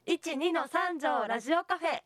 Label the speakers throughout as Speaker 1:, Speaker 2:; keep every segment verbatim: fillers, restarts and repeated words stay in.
Speaker 1: いちにのさん条ラジオカフェ。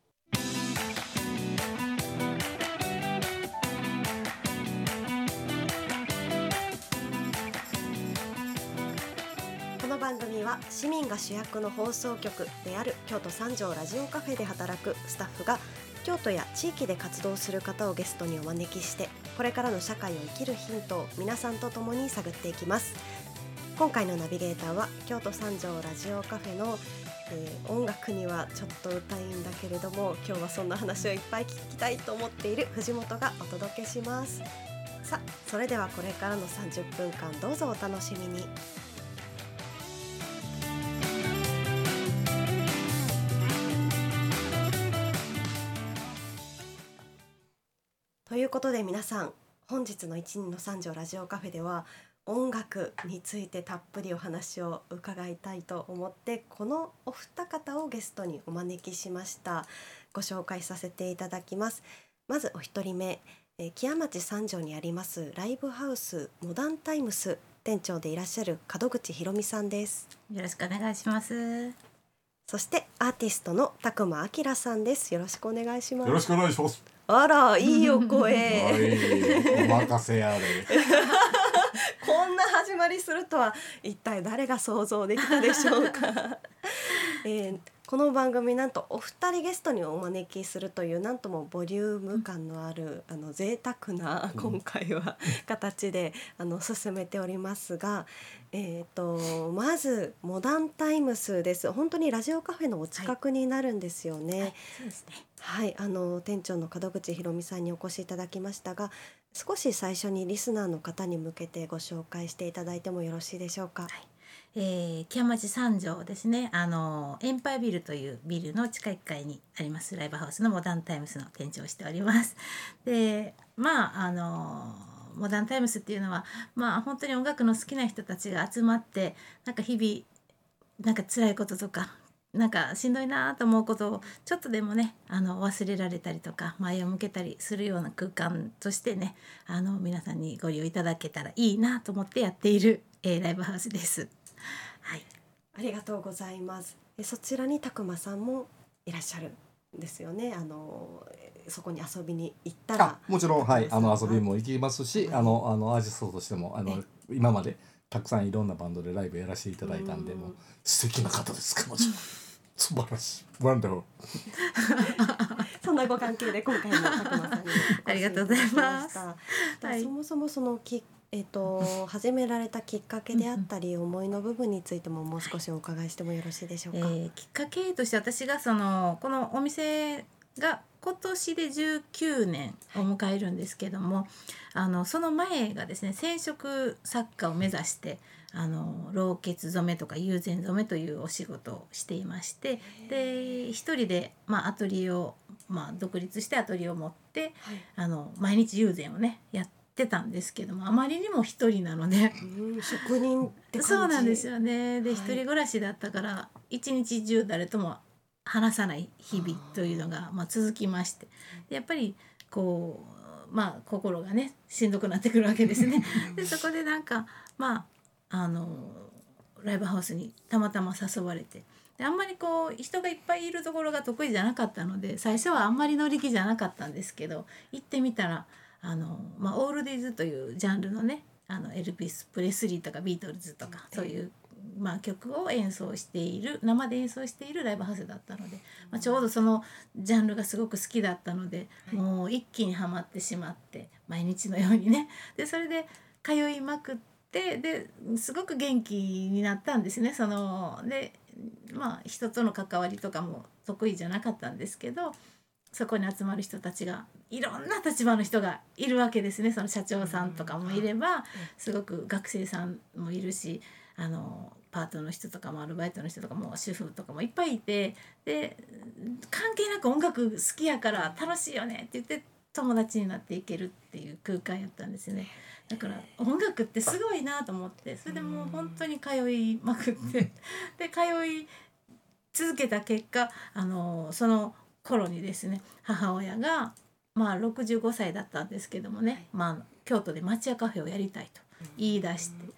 Speaker 2: この番組は市民が主役の放送局である京都三条ラジオカフェで働くスタッフが京都や地域で活動する方をゲストにお招きして、これからの社会を生きるヒントを皆さんと共に探っていきます。今回のナビゲーターは京都三条ラジオカフェの、えー、音楽にはちょっと歌いんだけれども、今日はそんな話をいっぱい聞きたいと思っている藤本がお届けします。さあ、それではこれからのさんじゅっぷんかんどうぞお楽しみに。ということで皆さん、本日のいちにのさん条ラジオカフェでは音楽についてたっぷりお話を伺いたいと思って、このお二方をゲストにお招きしました。ご紹介させていただきます。まずお一人目、え木屋町三条にありますライブハウスモダンタイムス店長でいらっしゃる門口ひろみさんです。
Speaker 3: よろしくお願いします。
Speaker 2: そしてアーティストの宅間明さんです。よろしくお願いします。
Speaker 4: よろしくお願いします。
Speaker 2: あら、いいお声
Speaker 4: はい、お任せあれ
Speaker 2: こんな始まりするとは一体誰が想像できたでしょうか、えー、この番組なんとお二人ゲストにお招きするというなんともボリューム感のある、うん、あの贅沢な今回は形であの進めておりますが、えー、とまずモダンタイムスです。本当にラジオカフェのお近くになるんですよね。はい、はい、
Speaker 3: そうですね。
Speaker 2: はい、あの店長の門口ひろみさんにお越しいただきましたが、少し最初にリスナーの方に向けてご紹介していただいてもよろしいでしょうか。はい、
Speaker 3: えー、木屋町三条ですね。あのエンパイビルというビルの地下いっかいにありますライブハウスのモダンタイムスの店長をしております。で、まああのモダンタイムスっていうのは、まあ本当に音楽の好きな人たちが集まって、なんか日々なんか辛いこととかなんかしんどいなと思うことをちょっとでもね、あの忘れられたりとか前を向けたりするような空間としてね、あの皆さんにご利用いただけたらいいなと思ってやっている、えー、ライブハウスです。はい、
Speaker 2: ありがとうございます。えそちらに宅間さんもいらっしゃるんですよね。あのそこに遊びに行ったら。
Speaker 4: もちろん、はい、あの遊びも行きますし、はい、あのあのアーティストとしてもあの今までたくさんいろんなバンドでライブやらせていただいたんで、もう素敵な方です彼女素晴らしい、ワンダフル
Speaker 2: そんなご関係で今回も宅間さんに
Speaker 3: ありがとうございます。
Speaker 2: はい、そもそもそのき、えー、と始められたきっかけであったり思いの部分についてももう少しお伺いしてもよろしいでしょうか。
Speaker 3: えー、きっかけとして私がそのこのお店が今年でじゅうきゅうねんを迎えるんですけども、あのその前がですね、染色作家を目指してあの老血染めとか友禅染めというお仕事をしていまして、で一人で、まあ、アトリエを、まあ、独立してアトリエを持って、はい、あの毎日友禅をねやってたんですけども、あまりにも一人なので
Speaker 2: うん職人って感じ。
Speaker 3: そうなんですよね。で、
Speaker 2: はい、
Speaker 3: 一人暮らしだったから一日中誰とも話さない日々というのがまあ続きまして、でやっぱりこうまあ心がねしんどくなってくるわけですね。でそこでなんかまああのライブハウスにたまたま誘われて、であんまりこう人がいっぱいいるところが得意じゃなかったので、最初はあんまり乗り気じゃなかったんですけど、行ってみたらあの、まあ、オールディーズというジャンルのね、あのエルビス・プレスリーとかビートルズとかそういうまあ、曲を演奏している生で演奏しているライブハウスだったので、まあ、ちょうどそのジャンルがすごく好きだったので、もう一気にはまってしまって毎日のようにね、でそれで通いまくって、ですごく元気になったんですね。そのでまあ人との関わりとかも得意じゃなかったんですけど、そこに集まる人たちがいろんな立場の人がいるわけですね。その社長さんとかもいれば、すごく学生さんもいるし、あのパートの人とかもアルバイトの人とかも主婦とかもいっぱいいて、で関係なく音楽好きやから楽しいよねって言って友達になっていけるっていう空間やったんですね。だから音楽ってすごいなと思って、それでもう本当に通いまくってで通い続けた結果、あのその頃にですね、母親がまあろくじゅうごさいだったんですけどもね、まあ、京都で町屋カフェをやりたいと言い出して、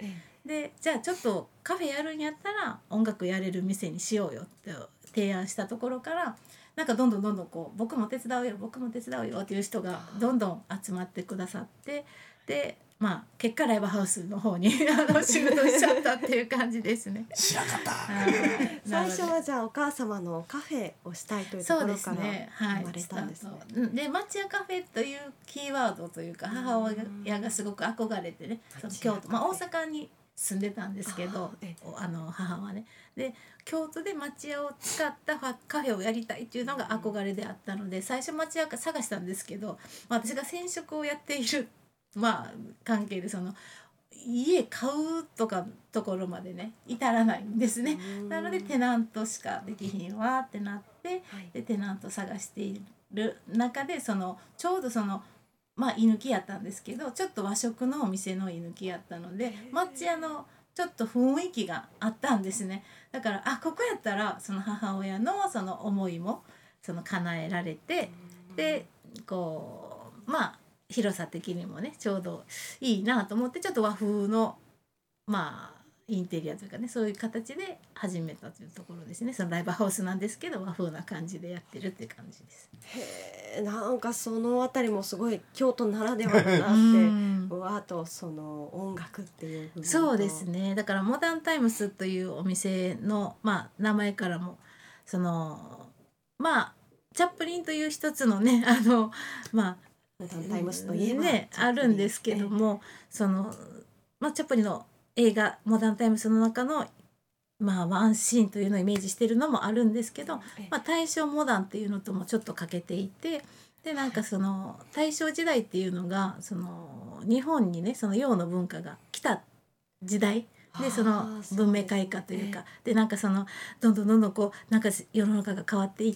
Speaker 3: でじゃあちょっとカフェやるんやったら音楽やれる店にしようよって提案したところから、なんかどんどんどんどんこう僕も手伝うよ僕も手伝うよっていう人がどんどん集まってくださって、でまあ結果ライブハウスの方にあの仕事しちゃったっていう感じですね。
Speaker 4: 知らなかった。
Speaker 2: 最初はじゃあお母様のカフェをしたいというところから生まれたんですね。
Speaker 3: そうですね、はい、で町屋カフェというキーワードというか母親がすごく憧れてね、その京都、まあ、大阪に住んでたんですけど、ああの母はねで京都で町屋を使ったカフェをやりたいっていうのが憧れであったので、最初町屋探したんですけど、まあ、私が染色をやっているまあ関係でその家買うとかところまでね至らないんですね。なのでテナントしかできひんわってなって、でテナント探している中でそのちょうどそのまあ居抜きやったんですけど、ちょっと和食のお店の居抜きやったので町屋のちょっと雰囲気があったんですね。だからあここやったらその母親のその思いもその叶えられて、でこうまあ広さ的にもねちょうどいいなと思って、ちょっと和風のまあインテリアというかねそういう形で始めたというところですね。そのライブハウスなんですけど和風な感じでやってるっていう感じです。
Speaker 2: へえ、なんかそのあたりもすごい京都ならではだなってうわーとその音楽っていう部分と
Speaker 3: そうですね。だからモダンタイムスというお店の、まあ、名前からもそのまあチャップリンという一つのねあのまあ
Speaker 2: モダンタイムスといえば、
Speaker 3: ね、あるんですけども、その、まあ、チャップリンの映画モダンタイムスの中の、まあ、ワンシーンというのをイメージしているのもあるんですけど、まあ、大正モダンっていうのともちょっと欠けていて、でなんかその大正時代っていうのがその日本にねその洋の文化が来た時代で、その文明開化というかでなんかそのどんどんどんどんこうなんか世の中が変わっていって、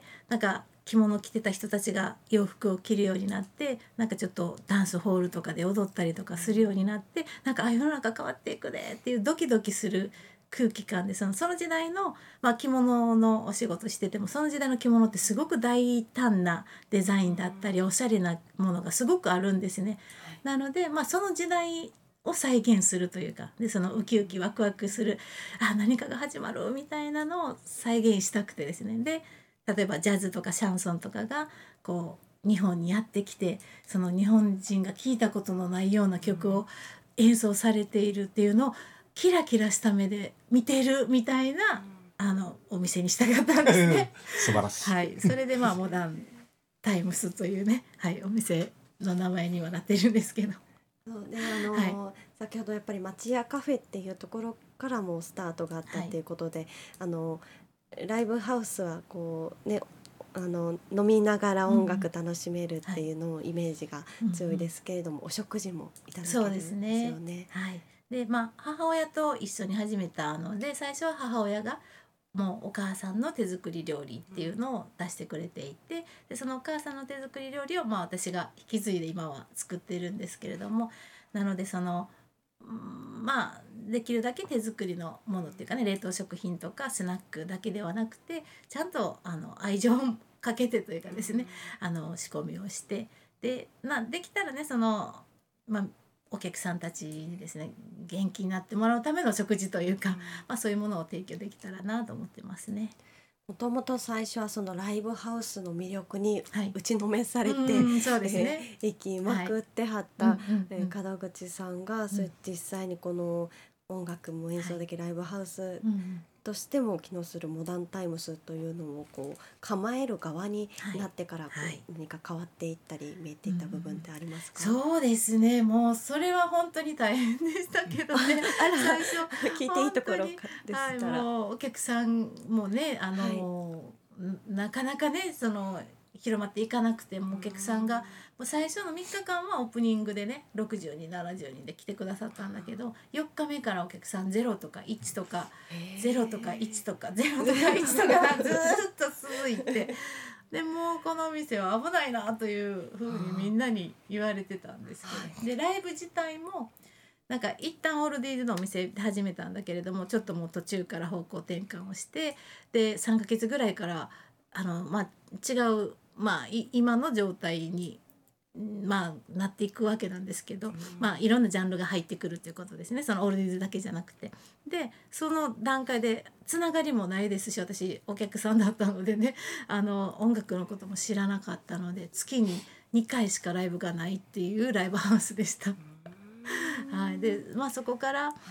Speaker 3: なんか着物を着てた人たちが洋服を着るようになって、なんかちょっとダンスホールとかで踊ったりとかするようになって、なんかあ世の中変わっていくねっていうドキドキする空気感で、そのその時代の、まあ、着物のお仕事しててもその時代の着物ってすごく大胆なデザインだったりおしゃれなものがすごくあるんですね。なので、まあ、その時代を再現するというかで、そのウキウキワクワクするあ何かが始まるみたいなのを再現したくてですね。で例えばジャズとかシャンソンとかがこう日本にやってきて、その日本人が聴いたことのないような曲を演奏されているっていうのをキラキラした目で見てるみたいなあのお店にしたかったんですね。
Speaker 4: 素晴らしい。
Speaker 3: はい、それでまあモダンタイムスというね、はい、お店の名前にはなってるんですけど。
Speaker 2: そうであの、はい、先ほどやっぱり町屋カフェっていうところからもスタートがあったっていうことで、はい、あのライブハウスはこうねあの飲みながら音楽楽しめるっていうのをイメージが強いですけれども、うんはい、お食事もいただけるんですよね。
Speaker 3: そうですね。はい。でまあ母親と一緒に始めたので、最初は母親がもうお母さんの手作り料理っていうのを出してくれていて、でそのお母さんの手作り料理をまあ私が引き継いで今は作ってるんですけれども、なのでそのまあできるだけ手作りのものっていうかね、冷凍食品とかスナックだけではなくてちゃんとあの愛情をかけてというかですね、あの仕込みをしてで、まあ、できたらねその、まあ、お客さんたちにですね元気になってもらうための食事というか、まあ、そういうものを提供できたらなと思ってますね。
Speaker 2: もともと最初はそのライブハウスの魅力に打ちのめされて、
Speaker 3: はいうんそうですね、
Speaker 2: えー、行きまくってはった、はいえー、門口さんが、うん、それ実際にこの音楽も演奏できるライブハウスとしても機能するモダンタイムスというのをこう構える側になってからこう、はい、何か変わっていったり見えていった部分ってありますか？
Speaker 3: うん、そうですね、もうそれは本当に大変でしたけどね
Speaker 2: あら最初聞いていいところでしたら、
Speaker 3: はい、もうお客さんもねあの、はい、なかなかねその広まっていかなくてもお客さんがもう最初のみっかかんはオープニングでねろくじゅうにんななじゅうにんで来てくださったんだけど、よっかめからお客さんゼロとかいちとかゼロとかいちとかゼロとかいちとかがずっと続いてでもうこの店は危ないなというふうにみんなに言われてたんですけど、でライブ自体もなんか一旦オールディーズのお店で始めたんだけれども、ちょっともう途中から方向転換をしてでさんかげつぐらいからあの、まあ、違うまあ、今の状態にまあなっていくわけなんですけど、うん、まあいろんなジャンルが入ってくるということですね。そのオールディーズだけじゃなくて、でその段階でつながりもないですし、私お客さんだったのでね、あの音楽のことも知らなかったので、月ににかいしかライブがないっていうライブハウスでした。はい、でまあそこから、はい、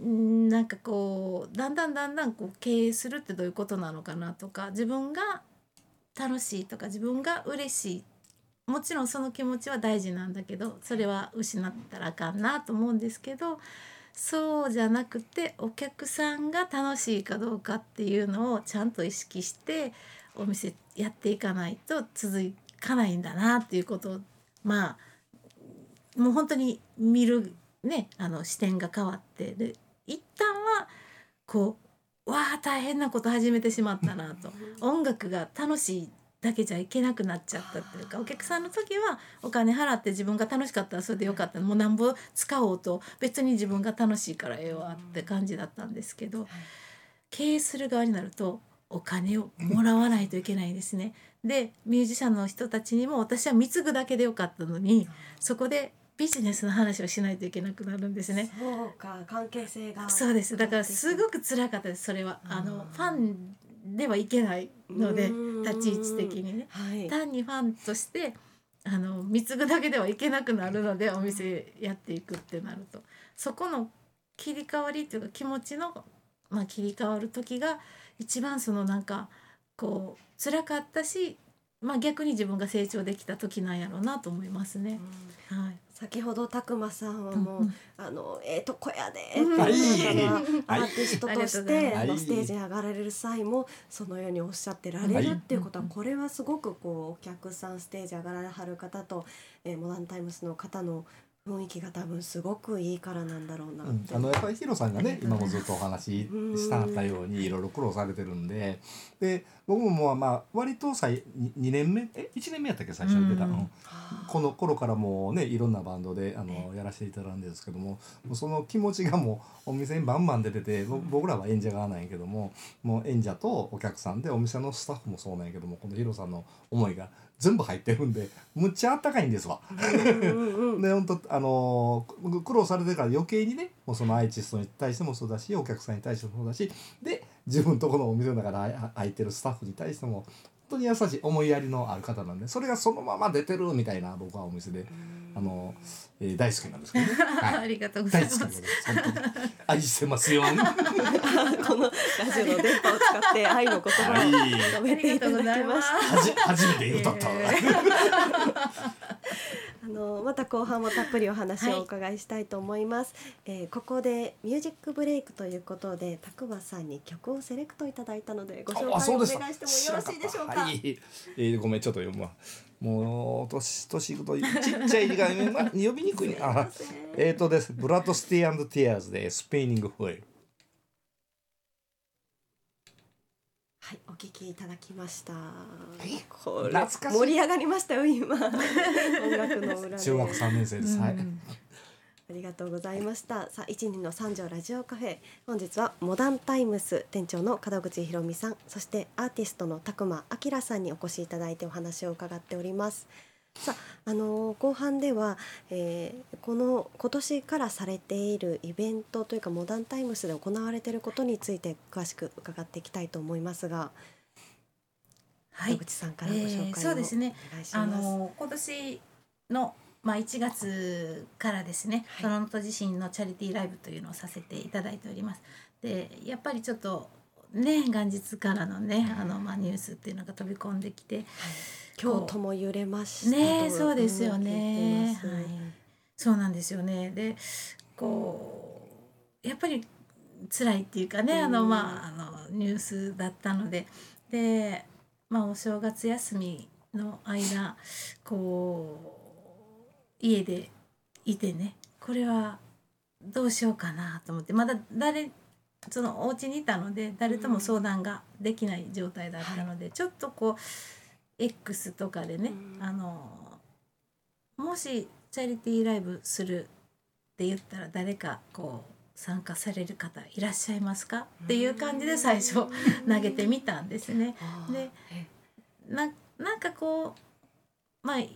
Speaker 3: んなんかこうだんだんだんだんこう経営するってどういうことなのかなとか、自分が楽しいとか自分が嬉しい、もちろんその気持ちは大事なんだけど、それは失ったらあかんなと思うんですけど、そうじゃなくてお客さんが楽しいかどうかっていうのをちゃんと意識してお店やっていかないと続かないんだなっていうことを、まあもう本当に見るね、あの視点が変わって、で一旦はこうわあ大変なこと始めてしまったなと音楽が楽しいだけじゃいけなくなっちゃったっていうか、お客さんの時はお金払って自分が楽しかったらそれでよかった、もうなんぼ使おうと別に自分が楽しいからええわって感じだったんですけど、経営する側になるとお金をもらわないといけないんですね。でミュージシャンの人たちにも私は貢ぐだけでよかったのに、そこでビジネスの話をしないといけなくなるんですね。
Speaker 2: そうか、関係性が。
Speaker 3: そうです。だからすごく辛かったです。それはあのファンではいけないので、立ち位置的にね、はい、単にファンとしてあの貢ぐだけではいけなくなるので、お店やっていくってなると、そこの切り替わりっていうか気持ちの、まあ、切り替わる時が一番そのなんかこう辛かったし、まあ、逆に自分が成長できた時なんやろうなと思いますね。はい、
Speaker 2: 先ほど拓磨さんはもう、うん、あのええとこやでって、
Speaker 4: うん、
Speaker 2: アーティストとして、はい、ステージに上がられる際もそのようにおっしゃってられるっていうことは、はい、これはすごくこうお客さんステージ上がられはる方と、えー、モダンタイムスの方の雰囲気が多分すごくいいからなんだろうなって、うん、
Speaker 4: あのやっぱりヒロさんがね今もずっとお話ししたったようにいろいろ苦労されてるんで、で僕ももうまあ割と最にねんめえいちねんめやったっけ最初に出たの、この頃からもうねいろんなバンドであのやらせていただいてるんですけども、その気持ちがもうお店にバンバン出てて、僕らは演者側なんやけども、もう演者とお客さんでお店のスタッフもそうなんやけども、このヒロさんの思いが全部入ってるんでむっちゃあったかいんですわ。で本当あの苦労されてから余計にね、もうそのアーティストに対してもそうだし、お客さんに対してもそうだし、で自分とこのお店の中で空いてるスタッフに対しても本当に優しい思いやりのある方なんで、それがそのまま出てるみたいな、僕はお店であの、えー、大好きなんですけどね、はい、
Speaker 3: ありがとうございます。
Speaker 4: 大好きでございます。本当に愛してますよ
Speaker 2: このラジオの電波を使って愛の言葉を述べていただきました。
Speaker 4: はじ初めて言うとった、えー
Speaker 2: あのまた後半もたっぷりお話をお伺いしたいと思います。はい、えー、ここでミュージックブレイクということで拓磨さんに曲をセレクトいただいたのでご紹介お願いしてもよろしいでしょうか。
Speaker 4: はい、えー、ごめんちょっと読むわ。もう年年いくとちっちゃい字が、ま、呼びにくいね。あえーとですブラッドスティー&ティアーズでスペイニングフォイル。
Speaker 2: はい、お聞きいただきました。
Speaker 4: これ
Speaker 2: 盛り上がりましたよ今音楽の裏で。
Speaker 4: 中学さんねん生です。はい。
Speaker 2: ありがとうございました。さあ一人の三条ラジオカフェ、本日はモダンタイムス店長の門口ひろみさん、そしてアーティストの拓磨明さんにお越しいただいてお話を伺っております。さあ、あのー、後半では、えー、この今年からされているイベントというかモダンタイムスで行われていることについて詳しく伺っていきたいと思いますが、はい、門口さんからご紹介をお願いします。
Speaker 3: えー、そうですね、あのー、今年のまあ、いちがつからですね、はい、トロント地震のチャリティーライブというのをさせていただいております。でやっぱりちょっとね元日からのねあの、まあ、ニュースっていうのが飛び込んできて、はい、
Speaker 2: 京都も揺れました
Speaker 3: ね。そうですよね、はい、そうなんですよね。でこうやっぱり辛いっていうかね、あの、まあ、あのニュースだったので、で、まあ、お正月休みの間こう家でいてね、これはどうしようかなと思って、まだ誰そのお家にいたので誰とも相談ができない状態だったので、うん、ちょっとこう X とかでね、うん、あのもしチャリティーライブするって言ったら誰かこう参加される方いらっしゃいますかっていう感じで最初投げてみたんですね。で な, なんかこうまあ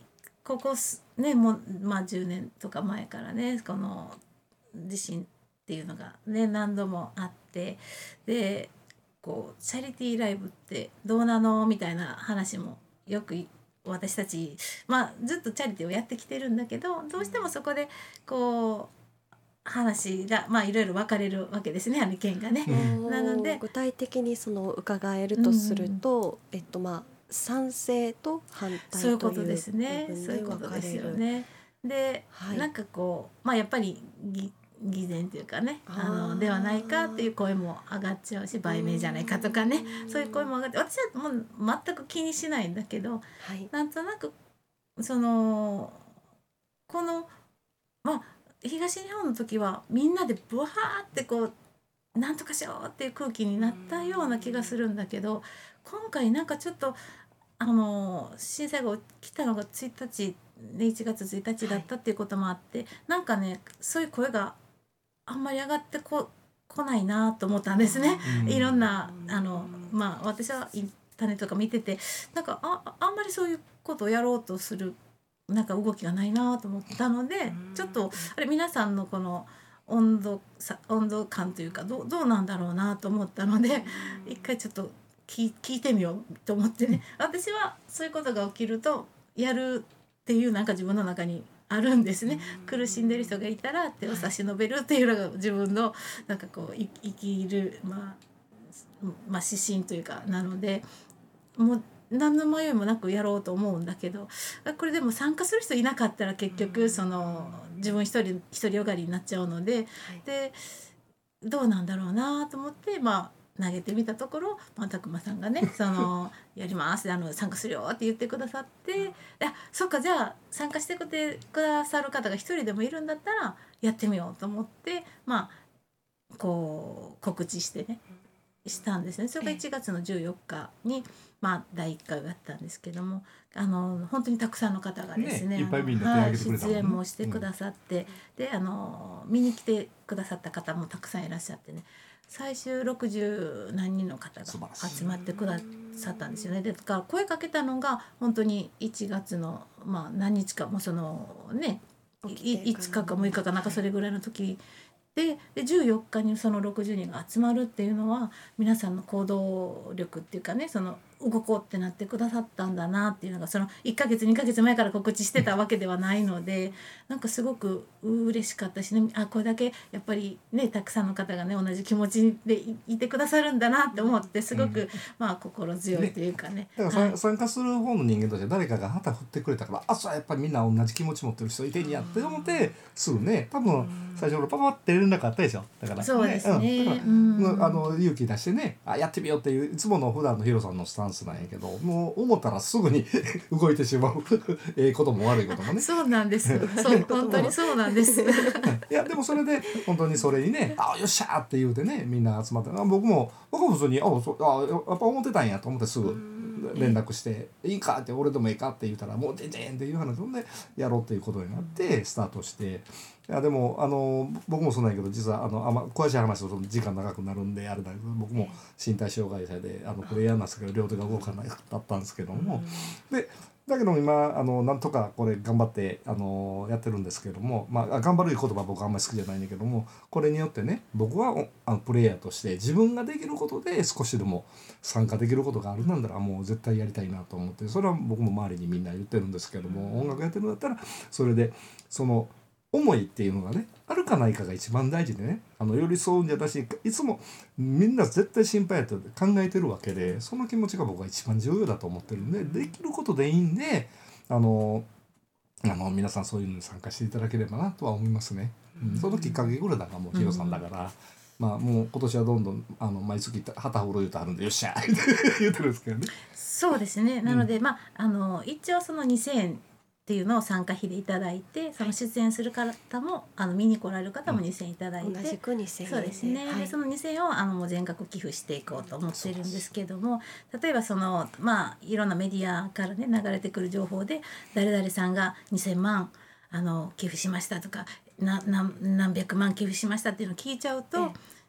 Speaker 3: ここねもう、まあ、じゅうねんとか前からねこの地震っていうのがね何度もあってでこうチャリティーライブってどうなのみたいな話もよく私たち、まあ、ずっとチャリティーをやってきてるんだけどどうしてもそこでこう話がまあいろいろ分かれるわけですね、あの意見がね。なので
Speaker 2: 具体的にその伺えるとすると、うん、えっとまあ賛成と反対という部分で分かれる。
Speaker 3: そういうことですよね。で、はい、なんかこうまあやっぱりぎ偽善というかねあのではないかっていう声も上がっちゃうし売名じゃないかとかねそういう声も上がって私はもう全く気にしないんだけど、はい、なんとなくそのこのまあ東日本の時はみんなでブワーってこうなんとかしようっていう空気になったような気がするんだけど今回なんかちょっとあの震災が起きたのがついたちでいちがつついたちだったっていうこともあって、はい、なんかねそういう声があんまり上がってこ来ないなと思ったんですね。いろんなあのまあ私はインターネットとか見ててなんか あ, あんまりそういうことをやろうとするなんか動きがないなと思ったのでちょっとあれ皆さんのこの温度さ温度感というかどう、どうなんだろうなと思ったので一回ちょっと聞, 聞いてみようと思ってね私はそういうことが起きるとやるっていうなんか自分の中にあるんですね。苦しんでる人がいたら手を差し伸べるっていうのが自分のなんかこう生きる、まあ、まあ指針というかなのでもう何の迷いもなくやろうと思うんだけどこれでも参加する人いなかったら結局その自分一人独りよがりになっちゃうので、でどうなんだろうなと思ってまあ投げてみたところ、まあ、たくまさんがねそのやりますあの参加するよって言ってくださってあそっかじゃあ参加してくださる方が一人でもいるんだったらやってみようと思ってまあこう告知してねしたんですね。それがいちがつのじゅうよっかに、まあ、だいいっかいをやったんですけどもあの本当にたくさんの方がですね、
Speaker 4: ねいっぱいみんな手挙げてくれたもんね、
Speaker 3: はい、出演もしてくださって、うん、であの見に来てくださった方もたくさんいらっしゃってね最終ろくじゅう何人の方が集まってくださったんですよね。でだから声かけたのが本当にいちがつの、まあ、何日かもそのねいつかかむいかかなんかそれぐらいの時で、でじゅうよっかにそのろくじゅうにんが集まるっていうのは皆さんの行動力っていうかねその動こうってなってくださったんだなっていうのがそのいっかげつにかげつまえから告知してたわけではないのでなんかすごく嬉しかったしねあこれだけやっぱりねたくさんの方がね同じ気持ちで い, いてくださるんだなって思ってすごく、うん、まあ心強いというかね、
Speaker 4: ねだから、はい、参加する方の人間として誰かが旗振ってくれたからあそうやっぱりみんな同じ気持ち持ってる人いてんやって思ってすぐね多分最初のパパって連絡あったでしょだから、ね、
Speaker 3: そうですね、
Speaker 4: うん、だから、うん、あの勇気出してねあやってみようっていういつもの普段のヒロさんのスタンスなんやけどもう思ったらすぐに動いてしまうええことも悪いこともね
Speaker 3: そうなんですそう本当にそうなんですい
Speaker 4: やでもそれで本当にそれにねあよっしゃーって言うてねみんな集まってあ僕も僕も普通にあそあやっぱ思ってたんやと思ってすぐ連絡して「いいか?」って「俺でもいいか?」って言ったら「もう全然」っていう話でやろうっていうことになってスタートして。いやでもあの僕もそうなんやけど実はあのあんま詳しい話すると時間長くなるんであれだけど僕も身体障害者であのこれ嫌なんですけど両手が動かなかったんですけども、うん、でだけど今あのなんとかこれ頑張ってあのやってるんですけども、まあ、頑張る言葉は僕あんまり好きじゃないんだけどもこれによってね僕はあのプレイヤーとして自分ができることで少しでも参加できることがあるなんだらもう絶対やりたいなと思ってそれは僕も周りにみんな言ってるんですけども音楽やってるんだったらそれでその思いっていうのがねあるかないかが一番大事でねあの寄り添うんじゃなしいつもみんな絶対心配やって考えてるわけでその気持ちが僕は一番重要だと思ってるんでできることでいいんであのあの皆さんそういうのに参加していただければなとは思いますね。うん、そのきっかけぐらいだからもうヒロさんだから、うん、まあもう今年はどんどんあの毎月旗振る言うとあるんでよっしゃ言うてるんですけどね。
Speaker 3: そうですねなので、うん、まああの一応そのにせんえんっていうのを参加費でいただいてその出演する方もあの見に来られる方もにせんえんいただいて、うん、
Speaker 2: 同じくにせんえん
Speaker 3: そうですね、はい、でそのにせんえんをあのもう全額寄付していこうと思ってるんですけども例えばそのまあいろんなメディアからね流れてくる情報で誰々さんがにせんまんあの寄付しましたとかなな何百万寄付しましたっていうのを聞いちゃうと、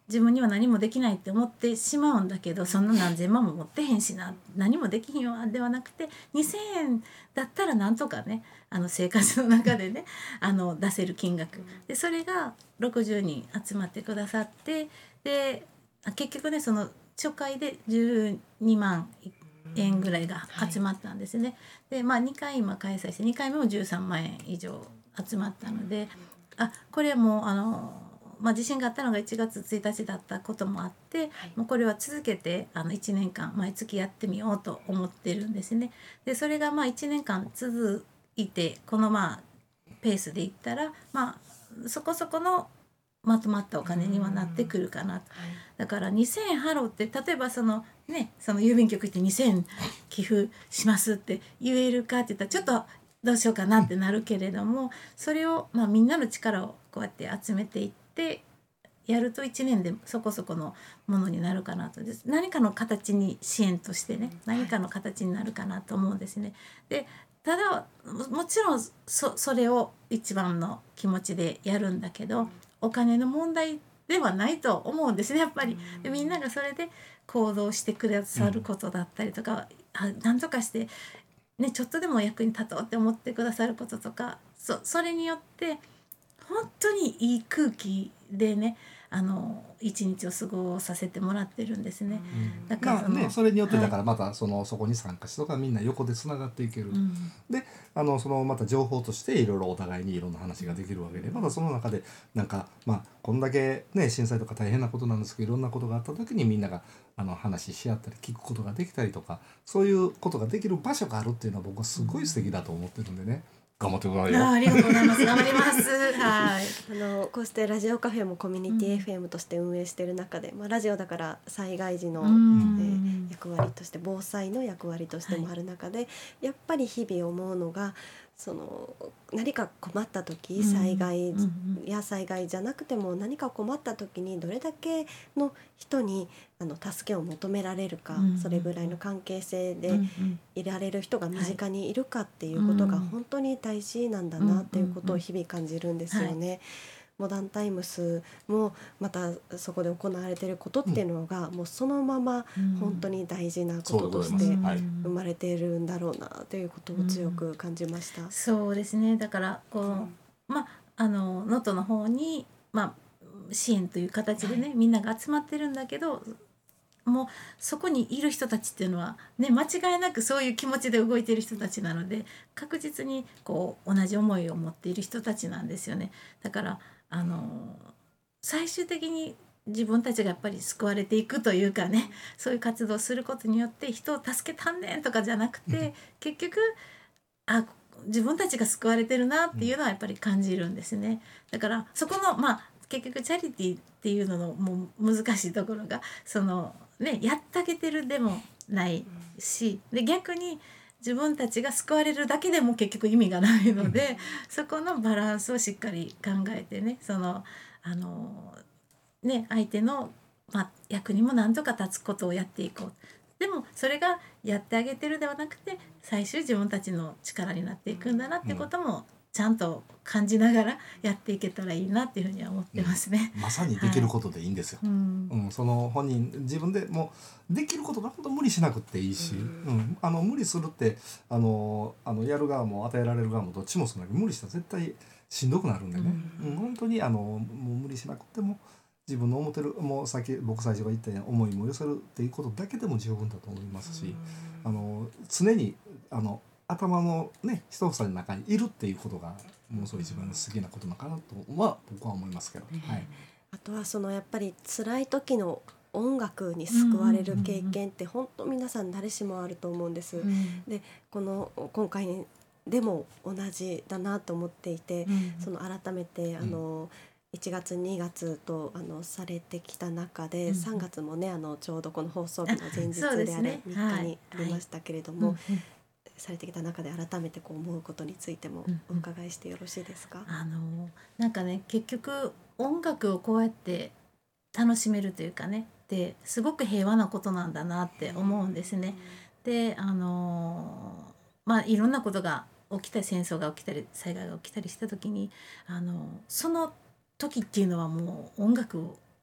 Speaker 3: 自分には何もできないって思ってしまうんだけど、そんな何千万も持ってへんしな、何もできひんわではなくて、にせんえんだったらなんとかね、あの生活の中でねあの出せる金額で、それがろくじゅうにん集まってくださって、で結局ねその初回でじゅうにまんえんぐらいが集まったんですね。でまあにかい今開催してにかいめもじゅうさんまんえん以上集まったので、あこれもうあのまあ、地震があったのがいちがつついたちだったこともあって、はい、もうこれは続けてあのいちねんかん毎月やってみようと思ってるんですね。でそれがまあいちねんかん続いてこのまあペースでいったら、まあ、そこそこのまとまったお金にはなってくるかなと、はい、だからにせんえん払うって例えばそのねその郵便局行ってにせんえん寄付しますって言えるかって言ったらちょっとどうしようかなってなるけれども、それをまあみんなの力をこうやって集めていってでやるといちねんでそこそこのものになるかなと、何かの形に支援としてね何かの形になるかなと思うんですね。でただ も, もちろん そ, それを一番の気持ちでやるんだけど、お金の問題ではないと思うんですねやっぱり。でみんながそれで行動してくださることだったりとか、あなんとかしてねちょっとでも役に立とうって思ってくださることとか、 そ, それによって本当にいい空気でねあの一日を過ごさせてもらってるんですね。
Speaker 4: うん、
Speaker 3: だからその、
Speaker 4: まあね、それによってだからまたその、はい、そこに参加してとかみんな横でつながっていける、うん、であのそのまた情報としていろいろお互いにいろんな話ができるわけで、またその中でなんかまあこんだけね震災とか大変なことなんですけど、いろんなことがあった時にみんながあの話し合ったり聞くことができたりとか、そういうことができる場所があるっていうのは僕はすごい素敵だと思ってるんでね。頑張ってくださいよ。
Speaker 3: あ, ありがとうございます。頑張りますはい。
Speaker 2: あのこうしてラジオカフェもコミュニティ エフエム として運営している中で、うんまあ、ラジオだから災害時の、えー、役割として防災の役割としてもある中で、はい、やっぱり日々思うのがその何か困った時、災害や災害じゃなくても何か困った時にどれだけの人にあの助けを求められるか、それぐらいの関係性でいられる人が身近にいるかっていうことが本当に大事なんだなっていうことを日々感じるんですよね。モダンタイムスもまたそこで行われていることっていうのが、もうそのまま本当に大事なこととして生まれているんだろうなということを強く感じました。
Speaker 3: うん、そうですね。だからこう、うん、まああの能登の方にまあ支援という形でね、はい、みんなが集まってるんだけど、もうそこにいる人たちっていうのはね間違いなくそういう気持ちで動いている人たちなので、確実にこう同じ思いを持っている人たちなんですよね。だからあの最終的に自分たちがやっぱり救われていくというかね、そういう活動をすることによって人を助けたんねんとかじゃなくて、結局あ自分たちが救われてるなっていうのはやっぱり感じるんですね。だからそこのまあ結局チャリティーっていうののもう難しいところがそのねやってあげてるでもないし、で逆に自分たちが救われるだけでも結局意味がないので、そこのバランスをしっかり考えてね、そのあのね相手の、まあ、役にも何とか立つことをやっていこう。でもそれがやってあげてるではなくて最終自分たちの力になっていくんだなってこともちゃんと感じながらやっていけたらいいなっていうふうには思ってますね。
Speaker 4: うん、まさにできることでいいんですよ。
Speaker 3: はい、うん
Speaker 4: うん、その本人自分でもうできることが本当無理しなくていいし、うんうん、あの無理するってあのあのやる側も与えられる側もどっちもそうだけど、無理したら絶対しんどくなるんでね、うんうん、本当にあのもう無理しなくても自分の思ってる、もうさっき僕最初が言ったように思いも寄せるっていうことだけでも十分だと思いますし、あの常にあの頭のね一房の中にいるっていうことがもうそう一番好きなことなのかなとは僕は思いますけど、はい、
Speaker 2: あとはそのやっぱり辛い時の音楽に救われる経験って本当皆さん誰しもあると思うんです、うん、でこの今回でも同じだなと思っていて、うん、その改めてあの、うんいちがつにがつとあのされてきた中で、うん、さんがつもねあのちょうどこの放送日の前日であれみっかにありましたけれども、はいはい、されてきた中で改めてこう思うことについてもお伺いしてよろしいですか？
Speaker 3: うんうん、あのなんかね結局音楽をこうやって楽しめるというかねですごく平和なことなんだなって思うんですね。うん、であのまあいろんなことが起きたり戦争が起きたり災害が起きたりした時にあのその時っていうのはもう音楽を、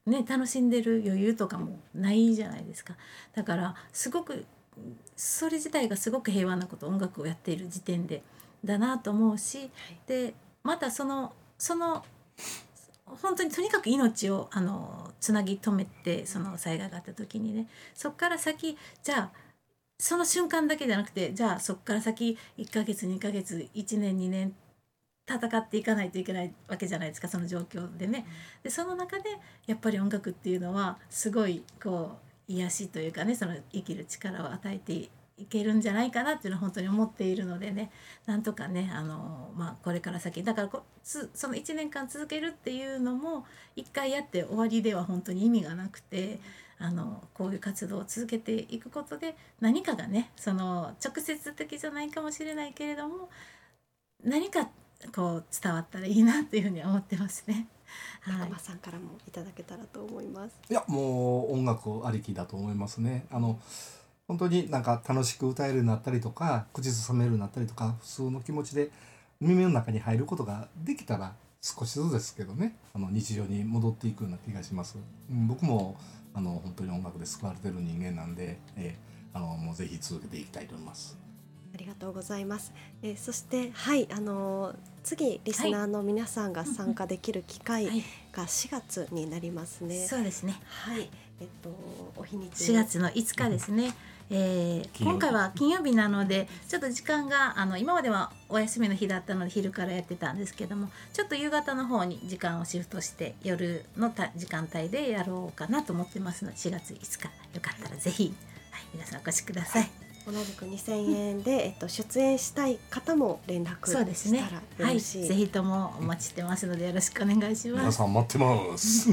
Speaker 3: ね楽しんでる余裕とかもないじゃないですか。だからすごくそれ自体がすごく平和なこと、音楽をやっている時点でだなと思うし、はい、でまたそのその本当にとにかく命をあのつなぎ止めて、その災害があった時にね、そこから先じゃあその瞬間だけじゃなくて、じゃあそこから先いっかげつにかげついちねんにねん戦っていかないといけないわけじゃないですか、その状況でね。でその中でやっぱり音楽っていうのはすごいこう癒しというかね、その生きる力を与えていけるんじゃないかなっていうのは本当に思っているのでね、なんとかねあの、まあ、これから先だからこつそのいちねんかん続けるっていうのもいっかいやって終わりでは本当に意味がなくて、あのこういう活動を続けていくことで何かがね、その直接的じゃないかもしれないけれども何かこう伝わったらいいなっていうふうに思ってますね。
Speaker 2: はい、さんからもいただけたらと思います。
Speaker 4: いやもう音楽ありきだと思いますね。あの本当になんか楽しく歌えるようになったりとか、口ずさめるようになったりとか、普通の気持ちで耳の中に入ることができたら少しずつですけどね、あの日常に戻っていくような気がします。うん、僕もあの本当に音楽で救われてる人間なんで、えー、あのもうぜひ続けていきたいと思います。
Speaker 2: ありがとうございます。えー、そしてはいあのー、次リスナーの皆さんが参加できる機会がしがつになりますね。はい、
Speaker 3: そうですね。
Speaker 2: はい。えっとお日にち
Speaker 3: しがつのいつかですね。えー、今回は金曜日なのでちょっと時間があの今まではお休みの日だったので昼からやってたんですけども、ちょっと夕方の方に時間をシフトして夜のた時間帯でやろうかなと思ってますので、しがついつかよかったらぜひ、はい、皆さんお越しください。
Speaker 2: 同じくにせんえんで、えっと、出演したい方も連絡したらよろしい。そうですね。
Speaker 3: はい、ぜひともお待ちしてますのでよろしくお願いします。
Speaker 4: 皆さん待ってます。
Speaker 2: はい、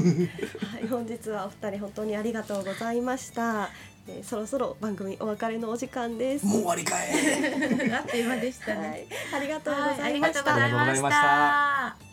Speaker 2: 本日はお二人本当にありがとうございました。えー、そろそろ番組お別れのお時間です。
Speaker 4: もう終わりかい。
Speaker 3: あっという間でしたね。
Speaker 2: はい、ありがとうございました。
Speaker 3: はい、ありがとうございました。